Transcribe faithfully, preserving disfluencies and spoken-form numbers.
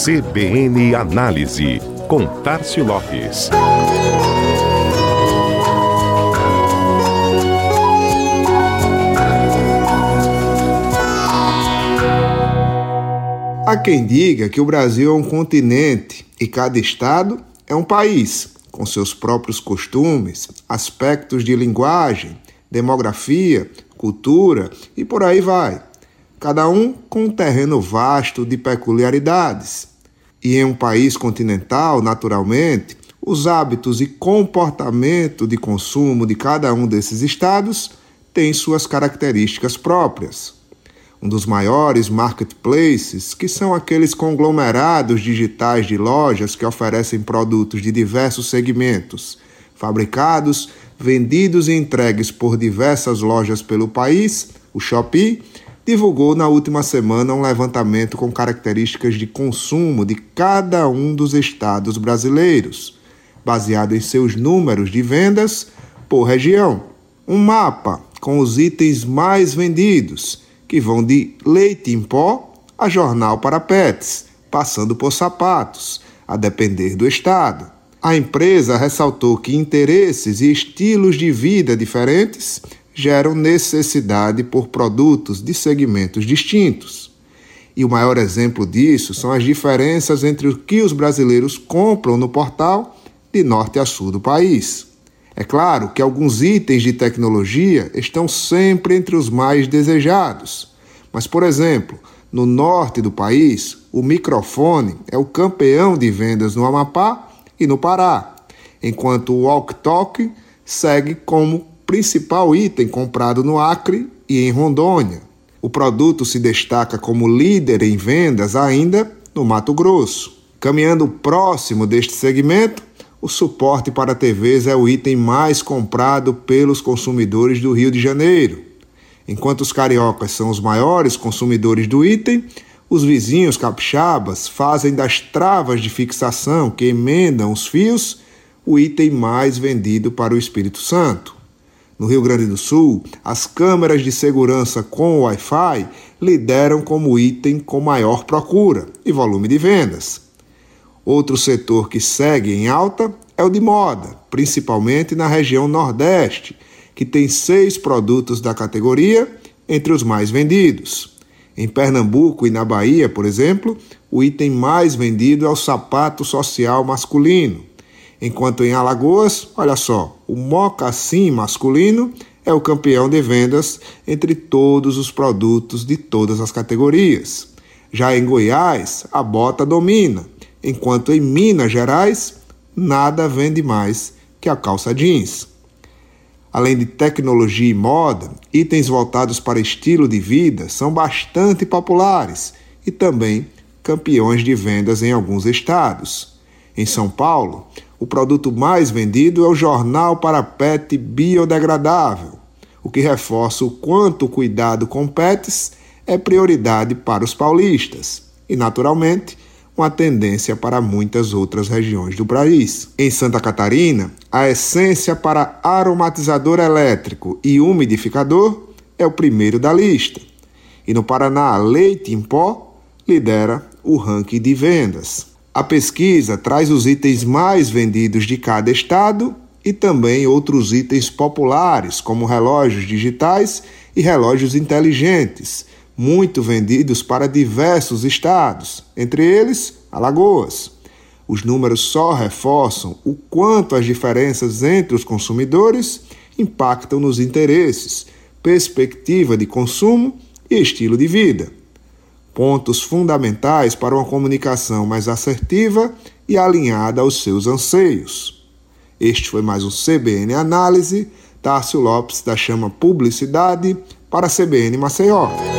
C B N Análise, com Tárcio Lopes. Há quem diga que o Brasil é um continente e cada estado é um país, com seus próprios costumes, aspectos de linguagem, demografia, cultura e por aí vai. Cada um com um terreno vasto de peculiaridades. E em um país continental, naturalmente, os hábitos e comportamento de consumo de cada um desses estados têm suas características próprias. Um dos maiores marketplaces, que são aqueles conglomerados digitais de lojas que oferecem produtos de diversos segmentos, fabricados, vendidos e entregues por diversas lojas pelo país, o Shopee, divulgou na última semana um levantamento com características de consumo de cada um dos estados brasileiros, baseado em seus números de vendas por região. Um mapa com os itens mais vendidos, que vão de leite em pó a jornal para pets, passando por sapatos, a depender do estado. A empresa ressaltou que interesses e estilos de vida diferentes geram necessidade por produtos de segmentos distintos. E o maior exemplo disso são as diferenças entre o que os brasileiros compram no portal de norte a sul do país. É claro que alguns itens de tecnologia estão sempre entre os mais desejados. Mas, por exemplo, no norte do país, o microfone é o campeão de vendas no Amapá e no Pará, enquanto o walkie-talkie segue como principal item comprado no Acre e em Rondônia. O produto se destaca como líder em vendas ainda no Mato Grosso. Caminhando próximo deste segmento, o suporte para T Vs é o item mais comprado pelos consumidores do Rio de Janeiro. Enquanto os cariocas são os maiores consumidores do item, os vizinhos capixabas fazem das travas de fixação que emendam os fios o item mais vendido para o Espírito Santo. No Rio Grande do Sul, as câmeras de segurança com Wi-Fi lideram como item com maior procura e volume de vendas. Outro setor que segue em alta é o de moda, principalmente na região Nordeste, que tem seis produtos da categoria entre os mais vendidos. Em Pernambuco e na Bahia, por exemplo, o item mais vendido é o sapato social masculino, enquanto em Alagoas, olha só, o mocassim masculino é o campeão de vendas entre todos os produtos de todas as categorias. Já em Goiás, a bota domina, enquanto em Minas Gerais, nada vende mais que a calça jeans. Além de tecnologia e moda, itens voltados para estilo de vida são bastante populares e também campeões de vendas em alguns estados. Em São Paulo, o produto mais vendido é o jornal para pet biodegradável, o que reforça o quanto o cuidado com pets é prioridade para os paulistas e, naturalmente, uma tendência para muitas outras regiões do país. Em Santa Catarina, a essência para aromatizador elétrico e umidificador é o primeiro da lista. E no Paraná, leite em pó lidera o ranking de vendas. A pesquisa traz os itens mais vendidos de cada estado e também outros itens populares, como relógios digitais e relógios inteligentes, muito vendidos para diversos estados, entre eles Alagoas. Os números só reforçam o quanto as diferenças entre os consumidores impactam nos interesses, perspectiva de consumo e estilo de vida. Pontos fundamentais para uma comunicação mais assertiva e alinhada aos seus anseios. Este foi mais um C B N Análise, Tárcio Lopes da Chama Publicidade para a C B N Maceió.